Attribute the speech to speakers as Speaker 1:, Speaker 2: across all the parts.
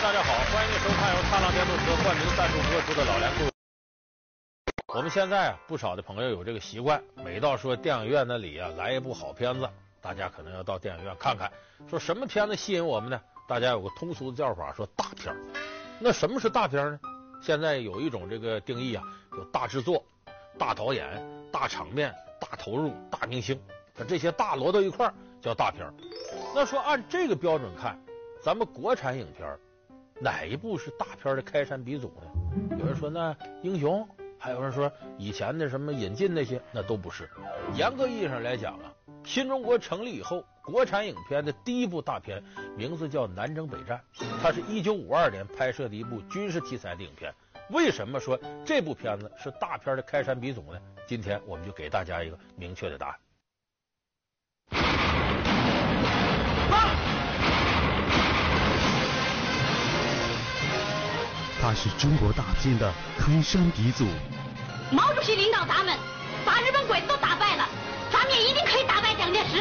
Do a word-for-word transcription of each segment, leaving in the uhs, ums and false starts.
Speaker 1: 大家好，欢迎收看由踏浪电动车冠名赞助播出的《老梁故事》。我们现在啊，不少的朋友有这个习惯，每到说电影院那里啊来一部好片子，大家可能要到电影院看看。说什么片子吸引我们呢？大家有个通俗的叫法，说大片。那什么是大片呢？现在有一种这个定义啊，有大制作、大导演、大场面、大投入、大明星，把这些大摞到一块儿叫大片。那说按这个标准看，咱们国产影片哪一部是大片的开山鼻祖呢？有人说那英雄，还有人说以前的什么引进那些，那都不是。严格意义上来讲啊，新中国成立以后，国产影片的第一部大片名字叫《南征北战》，它是一九五二年拍摄的一部军事题材的影片。为什么说这部片子是大片的开山鼻祖呢？今天我们就给大家一个明确的答案。
Speaker 2: 他是中国大片的开山鼻祖。
Speaker 3: 毛主席领导咱们把日本鬼子都打败了，咱们也一定可以打败蒋介石。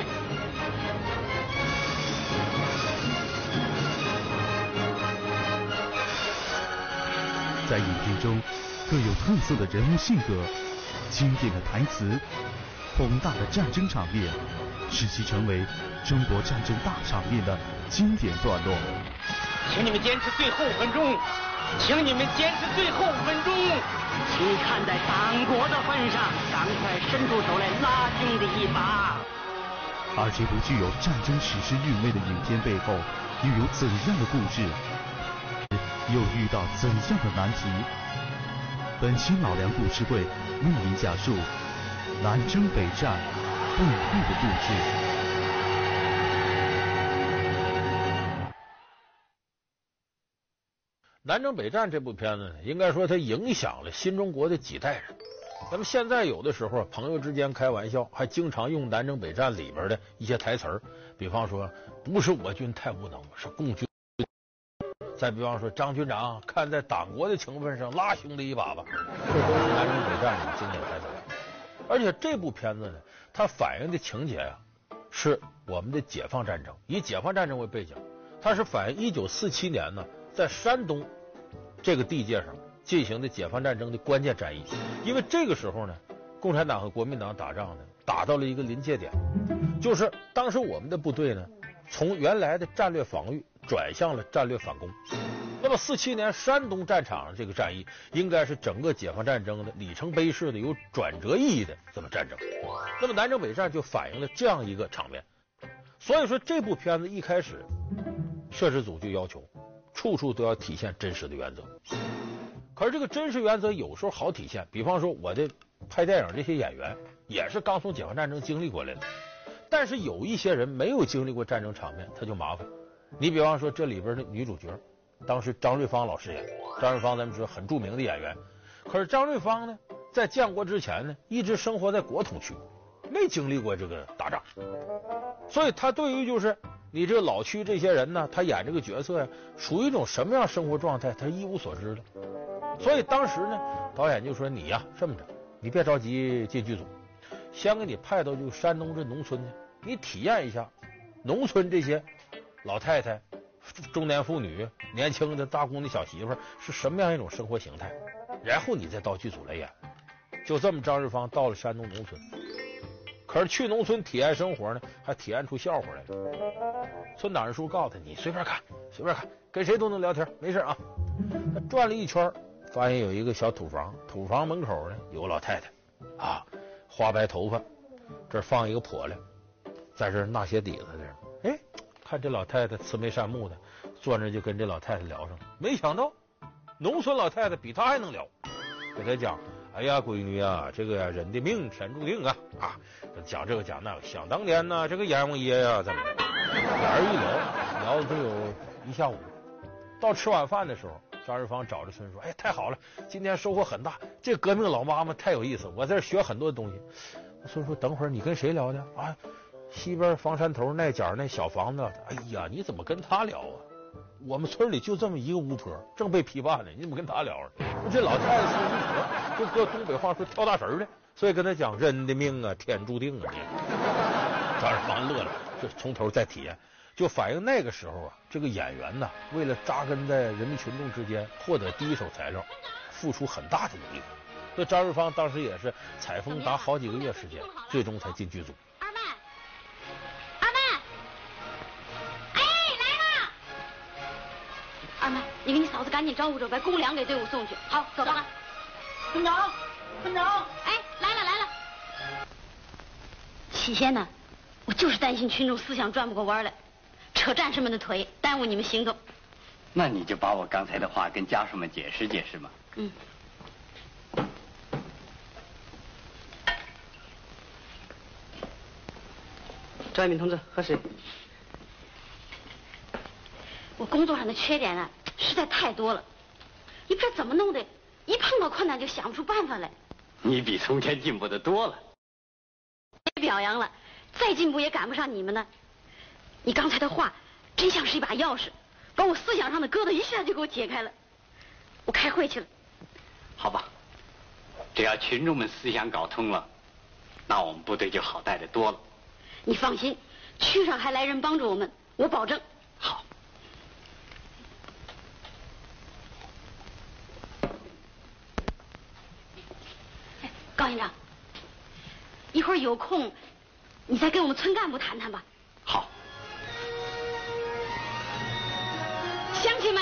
Speaker 2: 在影片中，各有特色的人物性格、经典的台词、宏大的战争场面，使其成为中国战争大场面的经典段落。
Speaker 4: 请你们坚持最后五分钟。请你们坚持最后五分钟，
Speaker 5: 请看在党国的份上，赶快伸出手来拉兄弟一把。
Speaker 2: 而这部具有战争史诗韵味的影片背后，又有怎样的故事？又遇到怎样的难题？本期老梁故事会为您讲述南征北战背后的故事。
Speaker 1: 南征北战这部片子呢，应该说它影响了新中国的几代人。咱们现在有的时候朋友之间开玩笑，还经常用南征北战里边的一些台词儿，比方说不是我军太无能，是共军。再比方说张军长看在党国的情分上拉兄弟一把吧，这都是南征北战里的经典台词。而且这部片子呢，它反映的情节啊，是我们的解放战争，以解放战争为背景，它是反映一九四七年呢在山东这个地界上进行的解放战争的关键战役。因为这个时候呢，共产党和国民党打仗呢，打到了一个临界点，就是当时我们的部队呢，从原来的战略防御转向了战略反攻。那么四七年山东战场上这个战役，应该是整个解放战争的里程碑式的有转折意义的这么战争。那么南征北战就反映了这样一个场面。所以说这部片子一开始摄制组就要求处处都要体现真实的原则。可是这个真实原则有时候好体现，比方说我的拍电影这些演员也是刚从解放战争经历过来的，但是有一些人没有经历过战争场面，他就麻烦。你比方说这里边的女主角，当时张瑞芳老师演，张瑞芳咱们知道很著名的演员，可是张瑞芳呢，在建国之前呢，一直生活在国统区，没经历过这个打仗，所以他对于就是你这个老区这些人呢，他演这个角色呀，属于一种什么样生活状态，他一无所知的。所以当时呢，导演就说你呀，这么着，你别着急进剧组，先给你派到这个山东这农村去，你体验一下农村这些老太太、中年妇女、年轻的大姑娘、小媳妇是什么样一种生活形态，然后你再到剧组来演。就这么，张瑞芳到了山东农村。可是去农村体验生活呢，还体验出笑话来了。村长人叔告诉他：“你随便看，随便看，跟谁都能聊天，没事啊。”他转了一圈，发现有一个小土房，土房门口呢有个老太太，啊，花白头发，这儿放一个笸箩，在这儿纳鞋底子这儿。哎，看这老太太慈眉善目的，坐那就跟这老太太聊上了。没想到，农村老太太比他还能聊，给他讲。哎呀，闺女啊，这个呀，人的命天注定啊啊！讲这个讲那个，想当年呢，这个阎王爷呀，怎么的？俩人一聊，聊了都有一下午。到吃晚饭的时候，张瑞芳找着孙说：“哎，太好了，今天收获很大，这革命老妈妈太有意思，我在这学很多东西。”孙说：“等会儿你跟谁聊的啊？西边房山头那角那小房子。哎呀，你怎么跟他聊啊？我们村里就这么一个巫婆，正被批判呢，你怎么跟他聊啊？这老太太是巫婆，就搁东北话说跳大神的，所以跟他讲人的命啊，天注定啊。”张瑞芳乐了，就从头再体验。 就反映那个时候啊，这个演员呢，为了扎根在人民群众之间，获得第一手材料，付出很大的努力。所以张瑞芳当时也是采风达好几个月时间，最终才进剧组。
Speaker 3: 二妹，二妹，哎，来了！二妹，你跟你嫂子赶紧招呼着，把公粮给队伍送去。好，走吧。
Speaker 5: 村长，村长，
Speaker 3: 哎，来了来了。起先呢，我就是担心群众思想转不过弯来，扯战士们的腿，耽误你们行动。
Speaker 6: 那你就把我刚才的话跟家属们解释解释嘛。
Speaker 3: 嗯。
Speaker 5: 张一鸣同志，喝水。
Speaker 3: 我工作上的缺点啊，实在太多了，也不知道怎么弄的，一碰到困难就想不出办法来。
Speaker 6: 你比从前进步的多了。
Speaker 3: 别表扬了，再进步也赶不上你们呢。你刚才的话，真像是一把钥匙，把我思想上的疙瘩一下就给我解开了。我开会去了。
Speaker 6: 好吧，只要群众们思想搞通了，那我们部队就好带得多了。
Speaker 3: 你放心，区上还来人帮助我们，我保证。
Speaker 6: 好。
Speaker 3: 哎，高营长，一会儿有空，你再跟我们村干部谈谈吧。
Speaker 6: 好。
Speaker 3: 乡亲们，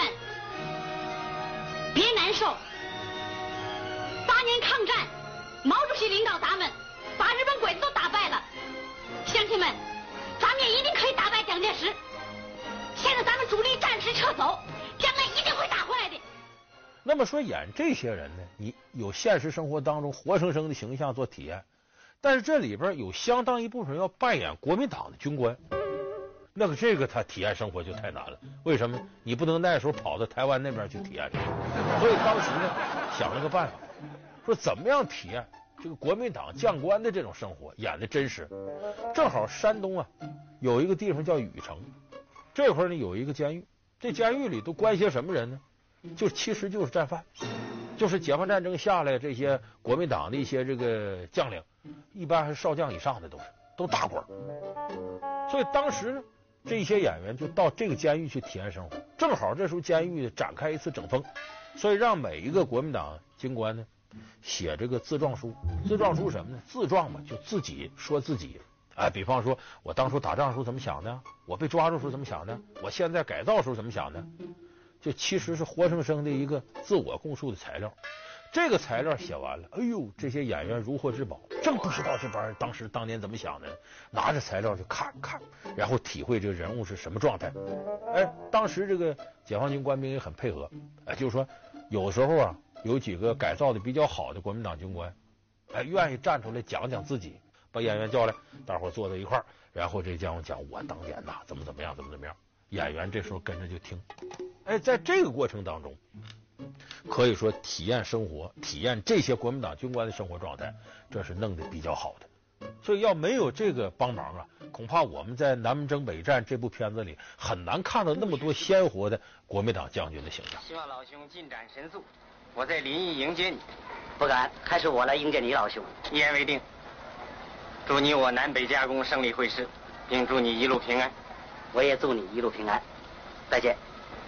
Speaker 3: 别难受。八年抗战，毛主席领导咱们把日本鬼子都打败了。乡亲们，咱们也一定可以打败蒋介石。现在咱们主力暂时撤走，将来一定会打回来的。
Speaker 1: 那么说演这些人呢，你有现实生活当中活生生的形象做体验，但是这里边有相当一部分要扮演国民党的军官，那个这个他体验生活就太难了。为什么？你不能那时候跑到台湾那边去体验去。所以当时呢，想了个办法，说怎么样体验这个国民党将官的这种生活，演的真实。正好山东啊有一个地方叫禹城，这会儿呢有一个监狱，这监狱里都关些什么人呢？就其实就是战犯，就是解放战争下来这些国民党的一些这个将领，一般还是少将以上的，都是都大官。所以当时呢，这些演员就到这个监狱去体验生活。正好这时候监狱展开一次整风，所以让每一个国民党军官呢写这个自状书。自状书什么呢？自状嘛，就自己说自己。哎，比方说我当初打仗时候怎么想的，我被抓住时候怎么想的，我现在改造时候怎么想的，就其实是活生生的一个自我供述的材料。这个材料写完了，哎呦，这些演员如获至宝，真不知道这帮人当时当年怎么想的，拿着材料就看看，然后体会这个人物是什么状态。哎，当时这个解放军官兵也很配合，哎，就是说有时候啊，有几个改造的比较好的国民党军官，哎，愿意站出来讲讲自己，把演员叫来，大伙坐在一块儿，然后这将讲我当年呐怎么怎么样怎么怎么样，演员这时候跟着就听。哎，在这个过程当中，可以说体验生活，体验这些国民党军官的生活状态，这是弄得比较好的。所以要没有这个帮忙啊，恐怕我们在南门征北战这部片子里很难看到那么多鲜活的国民党将军的形象。
Speaker 4: 希望老兄进展神速，我在临沂迎接你。
Speaker 5: 不敢，还是我来迎接你老兄。
Speaker 4: 一言为定。祝你我南北夹攻胜利会师，并祝你一路平安。
Speaker 5: 我也祝你一路平安。再见。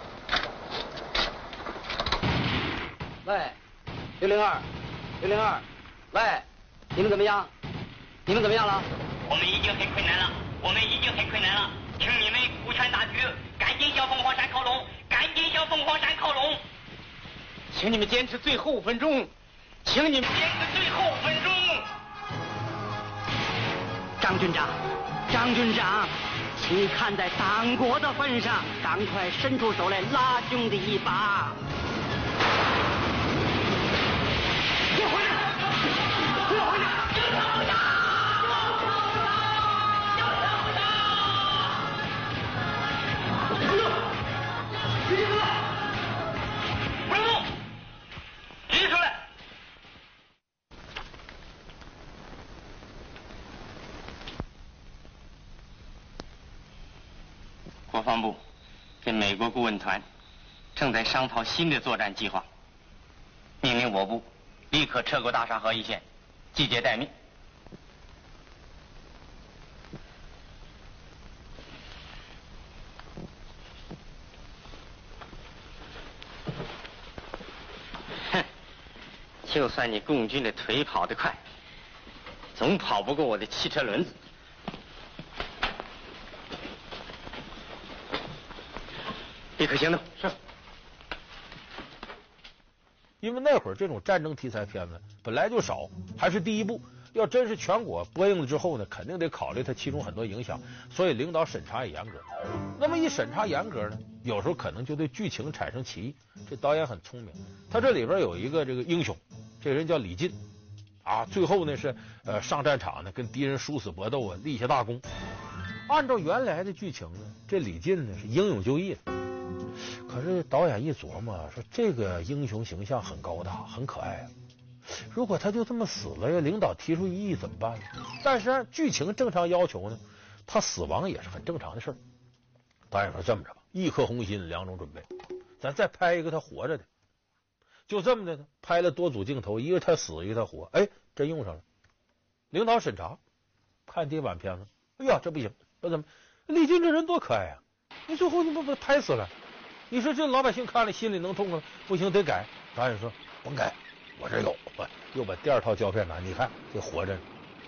Speaker 5: 喂，六零二，六零二，喂，你们怎么样？你们怎么样了？
Speaker 7: 我们已经很困难了，我们已经很困难了，请你们顾全大局，赶紧向凤凰山靠拢，赶紧向凤凰山靠拢。
Speaker 4: 请你们坚持最后五分钟，请你们坚持最后五分钟。
Speaker 5: 张军长，张军长，请看在党国的份上，赶快伸出手来拉兄弟一把。给我回来！给我回来！
Speaker 7: 不动，举出来！
Speaker 4: 国防部跟美国顾问团正在商讨新的作战计划，命令我部立刻撤过大沙河一线，季节待命。 就算你共军的腿跑得快，总跑不过我的汽车轮子。立刻行动。是。
Speaker 1: 因为那会儿这种战争题材片子本来就少，还是第一部。要真是全国播映了之后呢，肯定得考虑它其中很多影响，所以领导审查也严格。那么一审查严格呢，有时候可能就对剧情产生歧义。这导演很聪明，他这里边有一个这个英雄，这人叫李进啊，最后呢是呃上战场呢跟敌人殊死搏斗啊，立下大功。按照原来的剧情呢，这李进呢是英勇就义的。可是导演一琢磨，说这个英雄形象很高大，很可爱啊。如果他就这么死了呀，领导提出异议怎么办呢？但是按剧情正常要求呢，他死亡也是很正常的事儿。导演说这么着吧，一颗红心，两种准备，咱再拍一个他活着的。就这么的呢，拍了多组镜头，一个他死，一个他活，哎，真用上了。领导审查，看第一版片子，哎呀，这不行，这怎么？李进这人多可爱啊！你最后你不把他拍死了？你说这老百姓看了心里能痛快？不行，得改。导演说甭改。我这有，我又把第二套胶片拿，你看这活着。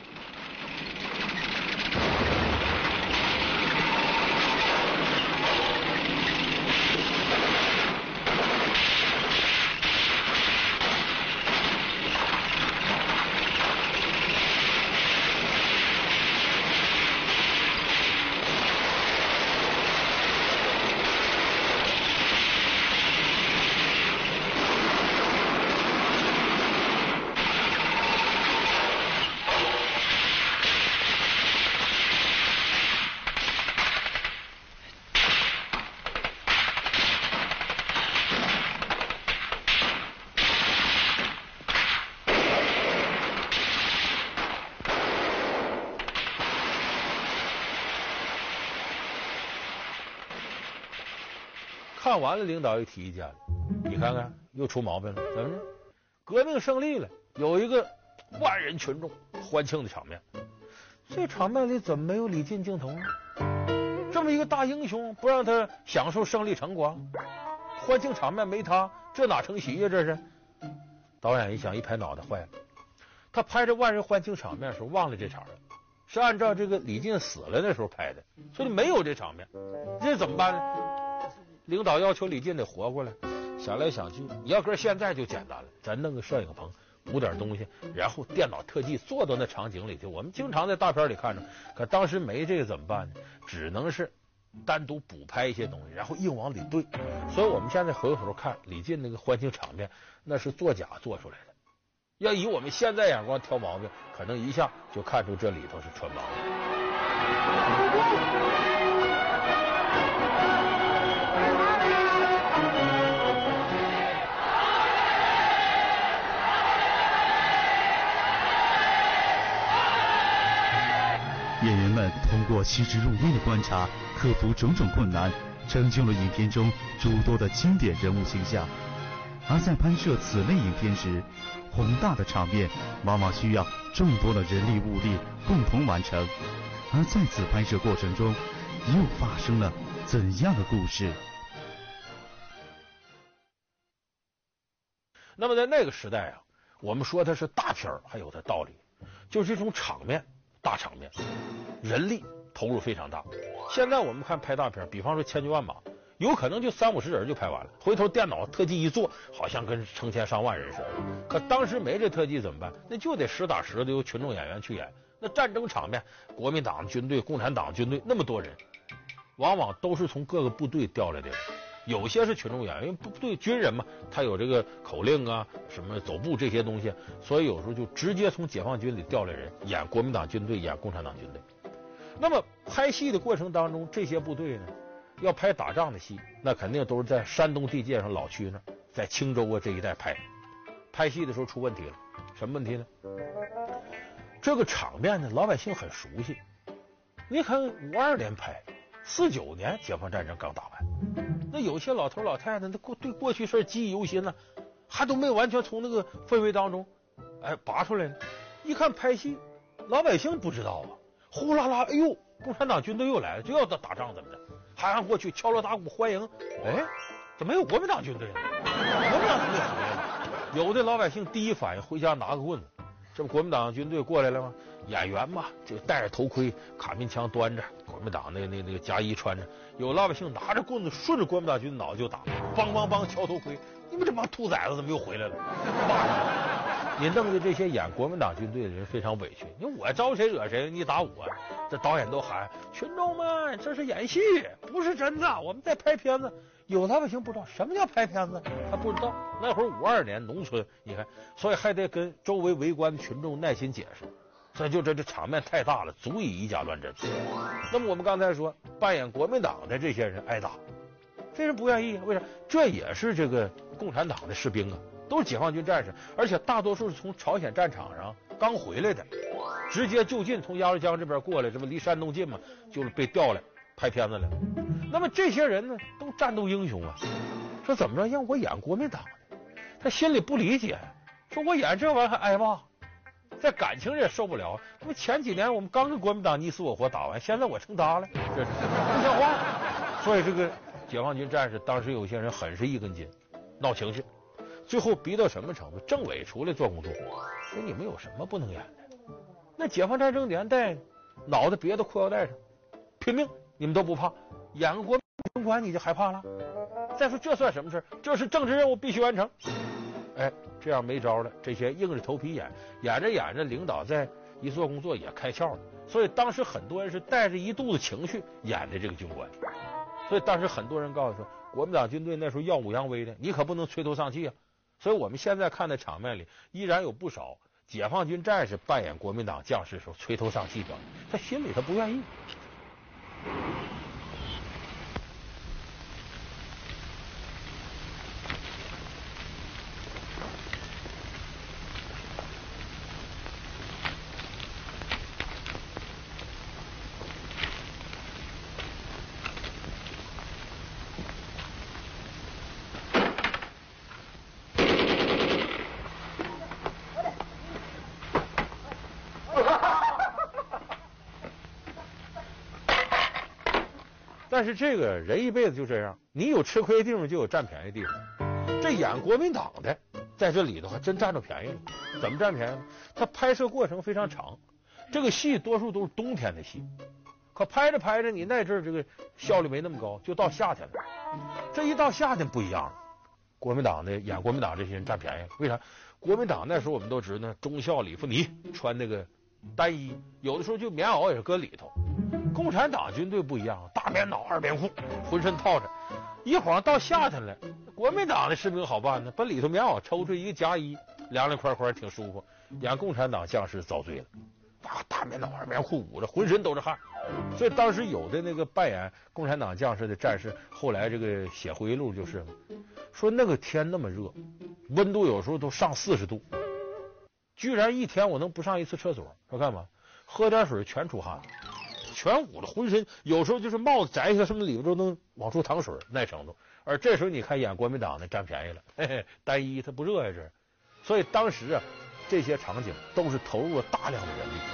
Speaker 1: 看完了，领导又提意见了，你看看又出毛病了，怎么着？革命胜利了，有一个万人群众欢庆的场面，这场面里怎么没有李进镜头呢？这么一个大英雄，不让他享受胜利成光，欢庆场面没他，这哪成喜呀？这是。导演一想，一拍脑袋，坏了，他拍这万人欢庆场面的时候忘了这场了，是按照这个李进死了的时候拍的，所以没有这场面，这怎么办呢？领导要求李进得活过来，想来想去，你要搁现在就简单了，咱弄个摄影棚，补点东西，然后电脑特技做到那场景里去。我们经常在大片里看着，可当时没这个怎么办呢？只能是单独补拍一些东西，然后硬往里对。所以我们现在回过头看李进那个欢庆场面，那是作假做出来的。要以我们现在眼光挑毛病，可能一下就看出这里头是穿帮的。
Speaker 2: 演员们通过细致入微的观察，克服种种困难，成就了影片中诸多的经典人物形象。而在拍摄此类影片时，宏大的场面往往需要众多的人力物力共同完成。而在此拍摄过程中，又发生了怎样的故事？
Speaker 1: 那么在那个时代啊，我们说它是大片还有它道理，就是这种场面。大场面，人力投入非常大。现在我们看拍大片，比方说千军万马，有可能就三五十人就拍完了，回头电脑特技一做，好像跟成千上万人似的。可当时没这特技怎么办？那就得实打实的由群众演员去演。那战争场面，国民党军队、共产党军队那么多人，往往都是从各个部队调来的人。有些是群众演员，因为部队军人嘛，他有这个口令啊，什么走步这些东西，所以有时候就直接从解放军里调来人演国民党军队，演共产党军队。那么拍戏的过程当中，这些部队呢，要拍打仗的戏，那肯定都是在山东地界上老区那，在青州啊这一带拍。拍戏的时候出问题了，什么问题呢？这个场面呢，老百姓很熟悉。你看五二年拍，四九年解放战争刚打完。那有些老头老太太，那过对过去事记忆犹新呢，还都没完全从那个氛围当中哎拔出来呢。一看拍戏，老百姓不知道啊，呼啦啦，哎呦，共产党军队又来了，就要打打仗怎么的？还按过去敲锣打鼓欢迎，哎，怎么没有国民党军队呢？国民党军队回来了。 有的老百姓第一反应回家拿个棍子，这不国民党军队过来了吗？演员嘛，就戴着头盔，卡宾枪端着，国民党那那那个夹衣穿着。有老百姓拿着棍子顺着国民党军脑就打，梆梆梆敲头盔。你们这帮兔崽子怎么又回来了？你弄得这些演国民党军队的人非常委屈。你我招谁惹谁？你打我！这导演都喊群众们，这是演戏，不是真的，我们在拍片子。有老百姓不知道什么叫拍片子，他不知道。那会儿五二年农村，你看，所以还得跟周围围观的群众耐心解释。所以就这这场面太大了，足以以假乱真。那么我们刚才说，扮演国民党的这些人挨打，这人不愿意，为啥？这也是这个共产党的士兵啊，都是解放军战士，而且大多数是从朝鲜战场上刚回来的，直接就近从鸭绿江这边过来，这不离山东近嘛，就是被调来拍片子来。那么这些人呢，都战斗英雄啊，说怎么着让我演国民党的，他心里不理解，说我演这玩意儿还挨骂。在感情也受不了，那么前几年我们刚跟国民党你死我活打完，现在我成他了，这是不像话。所以这个解放军战士当时有些人很是一根筋，闹情绪，最后逼到什么程度？政委出来做工作，说你们有什么不能演的？那解放战争年代，脑袋别到裤腰带上，拼命你们都不怕，演个国民军官你就害怕了？再说这算什么事？这是政治任务，必须完成。哎，这样没招了，这些硬着头皮演，演着演着，领导在一做工作也开窍了。所以当时很多人是带着一肚子情绪演的这个军官。所以当时很多人告诉说，国民党军队那时候耀武扬威的，你可不能垂头丧气啊。所以我们现在看的场面里，依然有不少解放军战士扮演国民党将士的时候垂头丧气表演，他心里他不愿意。但是这个人一辈子就这样，你有吃亏的地方就有占便宜的地方。这演国民党的在这里头还真占着便宜了。怎么占便宜呢？他拍摄过程非常长，这个戏多数都是冬天的戏，可拍着拍着你那阵儿这个效率没那么高，就到夏天了。这一到夏天不一样了，国民党的演国民党这些人占便宜了。为啥？国民党那时候我们都知道，中校礼服呢穿那个单衣，有的时候就棉袄也是搁里头。共产党军队不一样，大棉袄二棉裤，浑身套着。一晃到夏天了，国民党的士兵好办呢，把里头棉袄抽出一个夹衣，凉凉快快挺舒服。演共产党将士遭罪了，啊，大棉袄二棉裤捂着，浑身都是汗。所以当时有的那个扮演共产党将士的战士，后来这个写回忆录就是说，那个天那么热，温度有时候都上四十度，居然一天我能不上一次厕所，说干嘛？喝点水全出汗，全捂着浑身，有时候就是帽子摘下什么里边都能往出淌水那程度。而这时候你看演国民党的占便宜了，嘿嘿，单一他不热呀这，所以当时啊这些场景都是投入了大量的人力。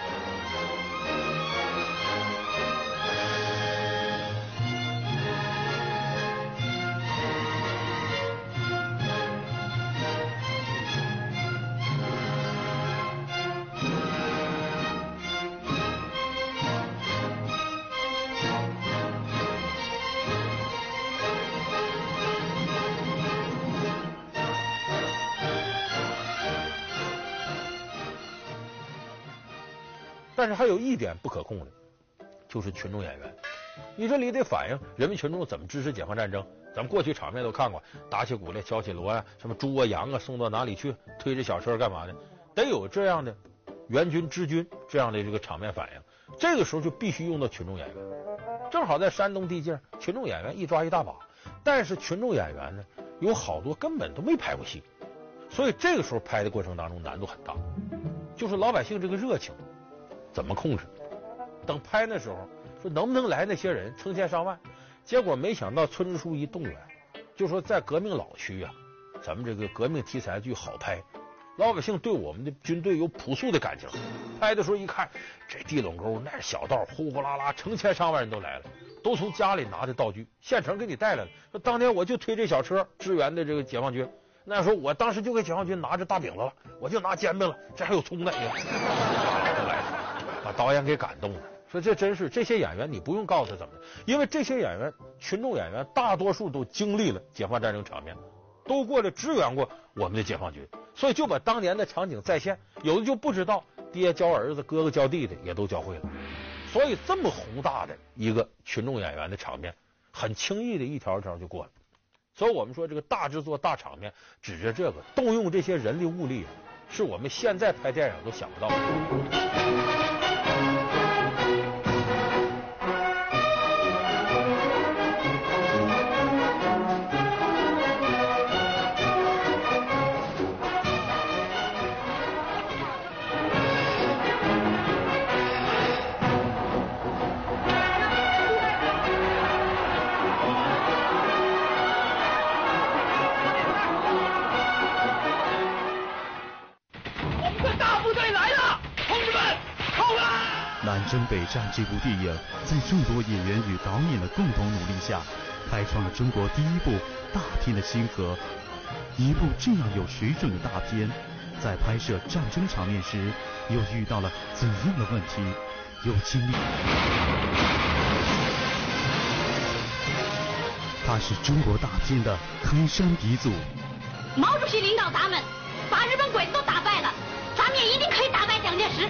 Speaker 1: 但是还有一点不可控的，就是群众演员。你这里得反映人民群众怎么支持解放战争。咱们过去场面都看过，打起鼓来，敲起锣啊，什么猪啊羊啊送到哪里去，推着小车干嘛的，得有这样的援军支军这样的这个场面反应。这个时候就必须用到群众演员。正好在山东地界，群众演员一抓一大把，但是群众演员呢，有好多根本都没拍过戏，所以这个时候拍的过程当中难度很大，就是老百姓这个热情怎么控制？等拍那时候说能不能来那些人成千上万，结果没想到村支书一动员，就说在革命老区啊，咱们这个革命题材剧好拍，老百姓对我们的军队有朴素的感情。拍的时候一看，这地垄沟那小道呼呼啦啦，成千上万人都来了，都从家里拿着道具，现成给你带来了。说当年我就推这小车支援的这个解放军， 那时候我当时就给解放军拿着大饼子了，我就拿煎饼了，这还有葱呢，你看，来，把导演给感动了。说这真是这些演员，你不用告诉他怎么的，因为这些演员，群众演员大多数都经历了解放战争场面，都过来支援过我们的解放军，所以就把当年的场景再现，有的就不知道，爹教儿子，哥哥教弟弟，也都教会了。所以这么宏大的一个群众演员的场面，很轻易的一条一条就过了。所以我们说这个大制作大场面，指着这个动用这些人力物力，是我们现在拍电影都想不到的。
Speaker 2: 南征北战这部电影在众多演员与导演的共同努力下，开创了中国第一部大片的先河。一部这样有水准的大片，在拍摄战争场面时，又遇到了怎样的问题？又经历……它是中国大片的开山鼻祖。
Speaker 3: 毛主席领导咱们把日本鬼子都打败了，咱们也一定可以打败蒋介石。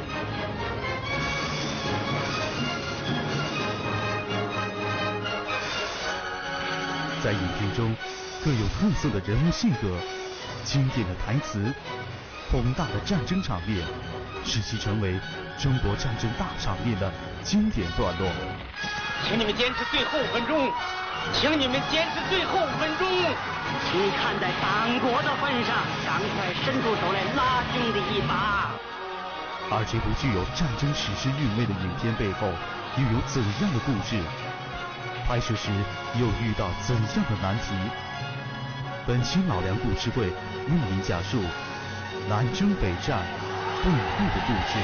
Speaker 2: 在影片中，各有特色的人物性格、经典的台词、宏大的战争场面，使其成为中国战争大场面的经典段落。
Speaker 7: 请你们坚持最后五分钟，请你们坚持最后五分钟。
Speaker 5: 请看在党国的份上，赶快伸出手来拉兄弟一把。
Speaker 2: 而这部具有战争史诗韵味的影片背后，又有怎样的故事？拍摄时又遇到怎样的难题？本期老梁故事会为您讲述南征北战背后的故事。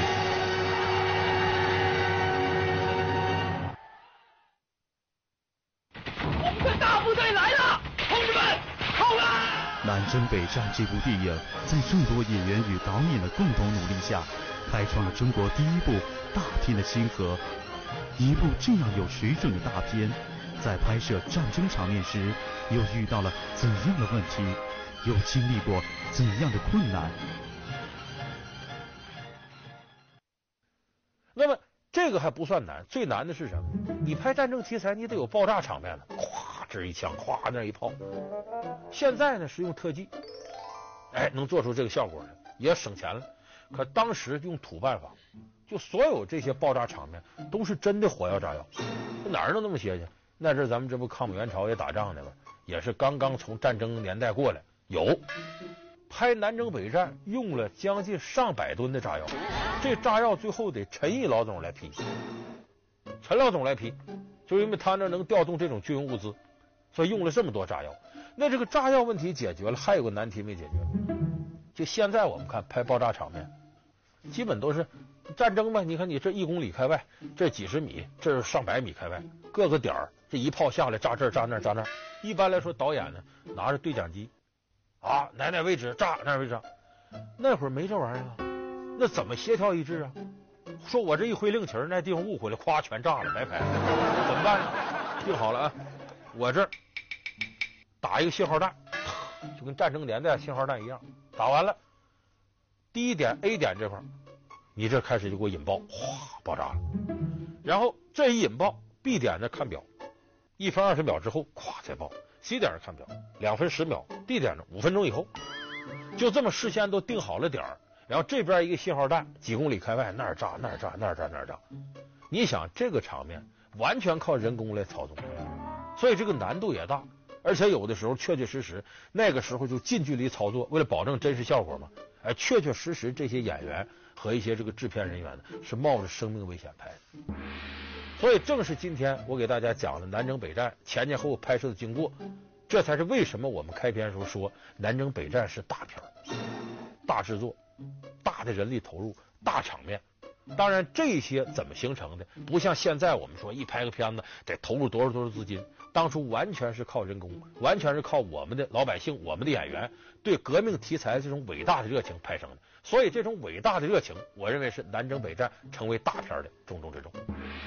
Speaker 7: 我们的大部队来了，同志们，后来！
Speaker 2: 南征北战这部电影在众多演员与导演的共同努力下，开创了中国第一部大片的先河。一部这样有水准的大片，在拍摄战争场面时，又遇到了怎样的问题？又经历过怎样的困难？
Speaker 1: 那么这个还不算难，最难的是什么？你拍战争题材，你得有爆炸场面呢，咵这一枪，咵那一炮。现在呢是用特技，哎，能做出这个效果来，也省钱了。可当时用土办法，就所有这些爆炸场面都是真的火药炸药，哪儿能那么些去？那阵咱们这不抗美援朝也打仗呢吗？也是刚刚从战争年代过来，有拍南征北战用了将近上百吨的炸药，这炸药最后得陈毅老总来批，陈老总来批，就因为他那能调动这种军用物资，所以用了这么多炸药。那这个炸药问题解决了，还有个难题没解决，就现在我们看拍爆炸场面，基本都是战争嘛，你看你这一公里开外，这几十米，这是上百米开外，各个点儿这一炮下来炸这儿炸那儿炸那儿。一般来说导演呢拿着对讲机啊，哪哪位置炸哪哪位置炸，那会儿没这玩意儿啊，那怎么协调一致啊？说我这一挥令旗儿，那地方误会了，咵全炸了，白拍，怎么办呢？定好了啊，我这儿打一个信号弹，就跟战争年代信号弹一样，打完了，第一点 A 点这块，你这开始就给我引爆，哗爆炸了，然后这一引爆 B 点呢看表，一分二十秒之后咵再爆 ，C 点看表，两分十秒 ，D 点呢五分钟以后，就这么事先都定好了点儿，然后这边一个信号弹几公里开外，那儿炸那儿炸那儿炸那儿炸，你想这个场面完全靠人工来操纵，所以这个难度也大。而且有的时候确确实实那个时候就近距离操作，为了保证真实效果嘛，哎，确确实实这些演员和一些这个制片人员呢是冒着生命危险拍的。所以正是今天我给大家讲了南征北战前前后后拍摄的经过，这才是为什么我们开篇时候说南征北战是大片、大制作、大的人力投入、大场面， 当然，这些怎么形成的？不像现在我们说一拍个片子得投入多少多少资金，当初完全是靠人工，完全是靠我们的老百姓、我们的演员对革命题材这种伟大的热情拍成的。所以，这种伟大的热情，我认为是南征北战成为大片的重中之重。